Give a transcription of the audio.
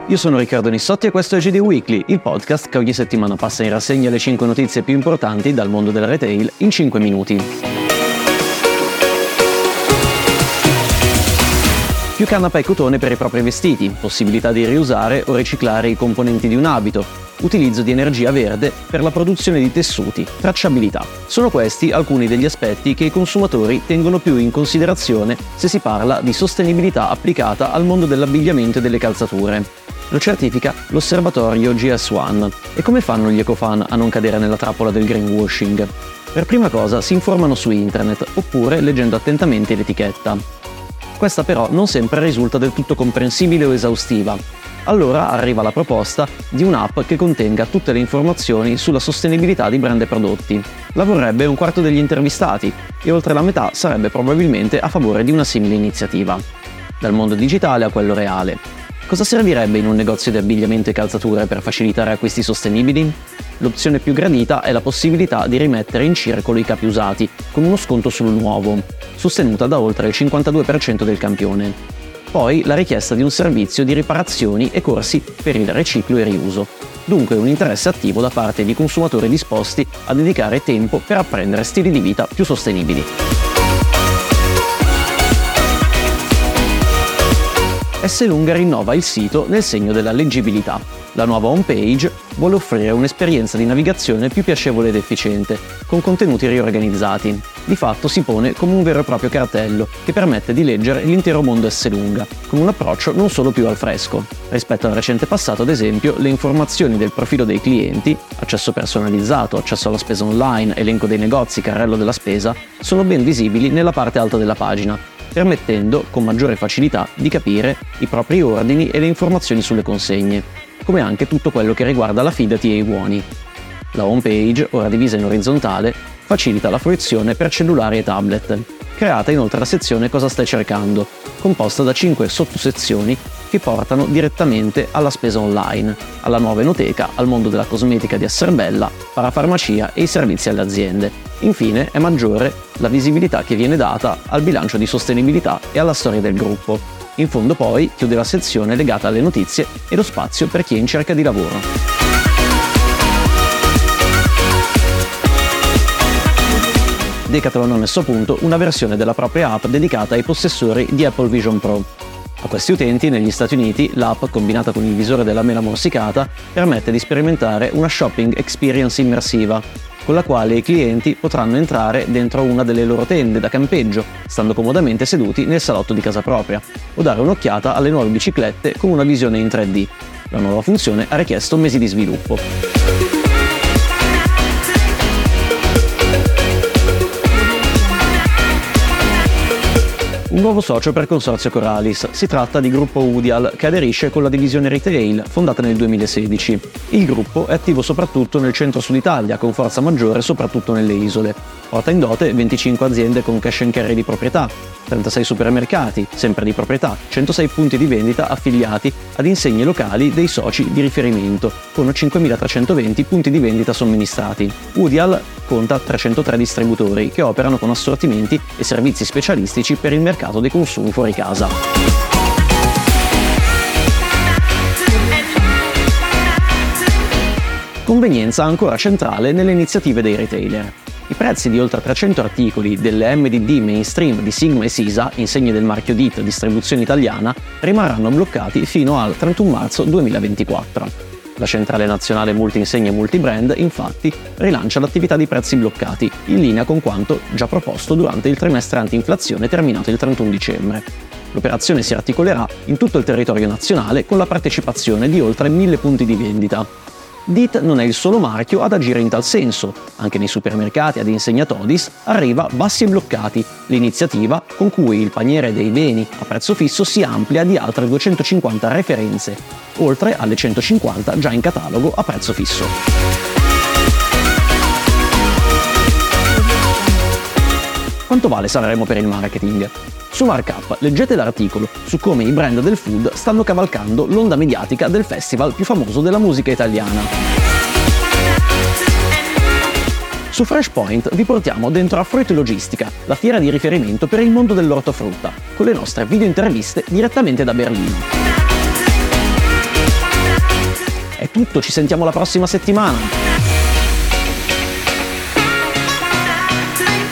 Io sono Riccardo Nissotti e questo è GD Weekly, il podcast che ogni settimana passa in rassegna le 5 notizie più importanti dal mondo del retail in 5 minuti. Più canapa e cotone per i propri vestiti, possibilità di riusare o riciclare i componenti di un abito, utilizzo di energia verde per la produzione di tessuti, tracciabilità. Sono questi alcuni degli aspetti che i consumatori tengono più in considerazione se si parla di sostenibilità applicata al mondo dell'abbigliamento e delle calzature. Lo certifica l'osservatorio GS1. E come fanno gli ecofan a non cadere nella trappola del greenwashing? Per prima cosa si informano su internet, oppure leggendo attentamente l'etichetta. Questa però non sempre risulta del tutto comprensibile o esaustiva. Allora arriva la proposta di un'app che contenga tutte le informazioni sulla sostenibilità di brand e prodotti. La vorrebbe un quarto degli intervistati e oltre la metà sarebbe probabilmente a favore di una simile iniziativa. Dal mondo digitale a quello reale. Cosa servirebbe in un negozio di abbigliamento e calzature per facilitare acquisti sostenibili? L'opzione più gradita è la possibilità di rimettere in circolo i capi usati, con uno sconto sul nuovo, sostenuta da oltre il 52% del campione. Poi la richiesta di un servizio di riparazioni e corsi per il riciclo e riuso. Dunque un interesse attivo da parte di consumatori disposti a dedicare tempo per apprendere stili di vita più sostenibili. Esselunga rinnova il sito nel segno della leggibilità. La nuova homepage vuole offrire un'esperienza di navigazione più piacevole ed efficiente, con contenuti riorganizzati. Di fatto si pone come un vero e proprio cartello che permette di leggere l'intero mondo Esselunga, con un approccio non solo più al fresco. Rispetto al recente passato, ad esempio, le informazioni del profilo dei clienti, accesso personalizzato, accesso alla spesa online, elenco dei negozi, carrello della spesa, sono ben visibili nella parte alta della pagina, permettendo con maggiore facilità di capire i propri ordini e le informazioni sulle consegne, come anche tutto quello che riguarda la fidati e i buoni. La homepage, ora divisa in orizzontale, facilita la fruizione per cellulari e tablet. Creata inoltre la sezione Cosa stai cercando, composta da 5 sottosezioni che portano direttamente alla spesa online, alla nuova enoteca, al mondo della cosmetica di Esserbella, parafarmacia e i servizi alle aziende. Infine è maggiore la visibilità che viene data al bilancio di sostenibilità e alla storia del gruppo. In fondo poi chiude la sezione legata alle notizie e lo spazio per chi è in cerca di lavoro. Decathlon ha messo a punto una versione della propria app dedicata ai possessori di Apple Vision Pro. A questi utenti, negli Stati Uniti, l'app, combinata con il visore della mela morsicata, permette di sperimentare una shopping experience immersiva, con la quale i clienti potranno entrare dentro una delle loro tende da campeggio, stando comodamente seduti nel salotto di casa propria, o dare un'occhiata alle nuove biciclette con una visione in 3D. La nuova funzione ha richiesto mesi di sviluppo. Un nuovo socio per Consorzio Coralis. Si tratta di Gruppo Udial, che aderisce con la divisione retail, fondata nel 2016. Il gruppo è attivo soprattutto nel centro-sud Italia, con forza maggiore soprattutto nelle isole. Porta in dote 25 aziende con cash and carry di proprietà, 36 supermercati, sempre di proprietà, 106 punti di vendita affiliati ad insegne locali dei soci di riferimento, con 5.320 punti di vendita somministrati. Udial conta 303 distributori che operano con assortimenti e servizi specialistici per il mercato dei consumi fuori casa. Convenienza ancora centrale nelle iniziative dei retailer. I prezzi di oltre 300 articoli delle MDD mainstream di Sigma e Sisa, insegne del marchio DIT distribuzione italiana, rimarranno bloccati fino al 31 marzo 2024. La Centrale Nazionale Multinsegne e Multibrand, infatti, rilancia l'attività di prezzi bloccati, in linea con quanto già proposto durante il trimestre anti-inflazione terminato il 31 dicembre. L'operazione si articolerà in tutto il territorio nazionale con la partecipazione di oltre 1.000 punti di vendita. DIT non è il solo marchio ad agire in tal senso. Anche nei supermercati ad insegna Todis arriva Bassi e Bloccati, l'iniziativa con cui il paniere dei beni a prezzo fisso si amplia di altre 250 referenze, oltre alle 150 già in catalogo a prezzo fisso. Quanto vale Sanremo per il marketing? Su Markup leggete l'articolo su come i brand del food stanno cavalcando l'onda mediatica del festival più famoso della musica italiana. Su Freshpoint vi portiamo dentro a Fruit Logistica, la fiera di riferimento per il mondo dell'ortofrutta, con le nostre video interviste direttamente da Berlino. tutto, ci sentiamo la prossima settimana.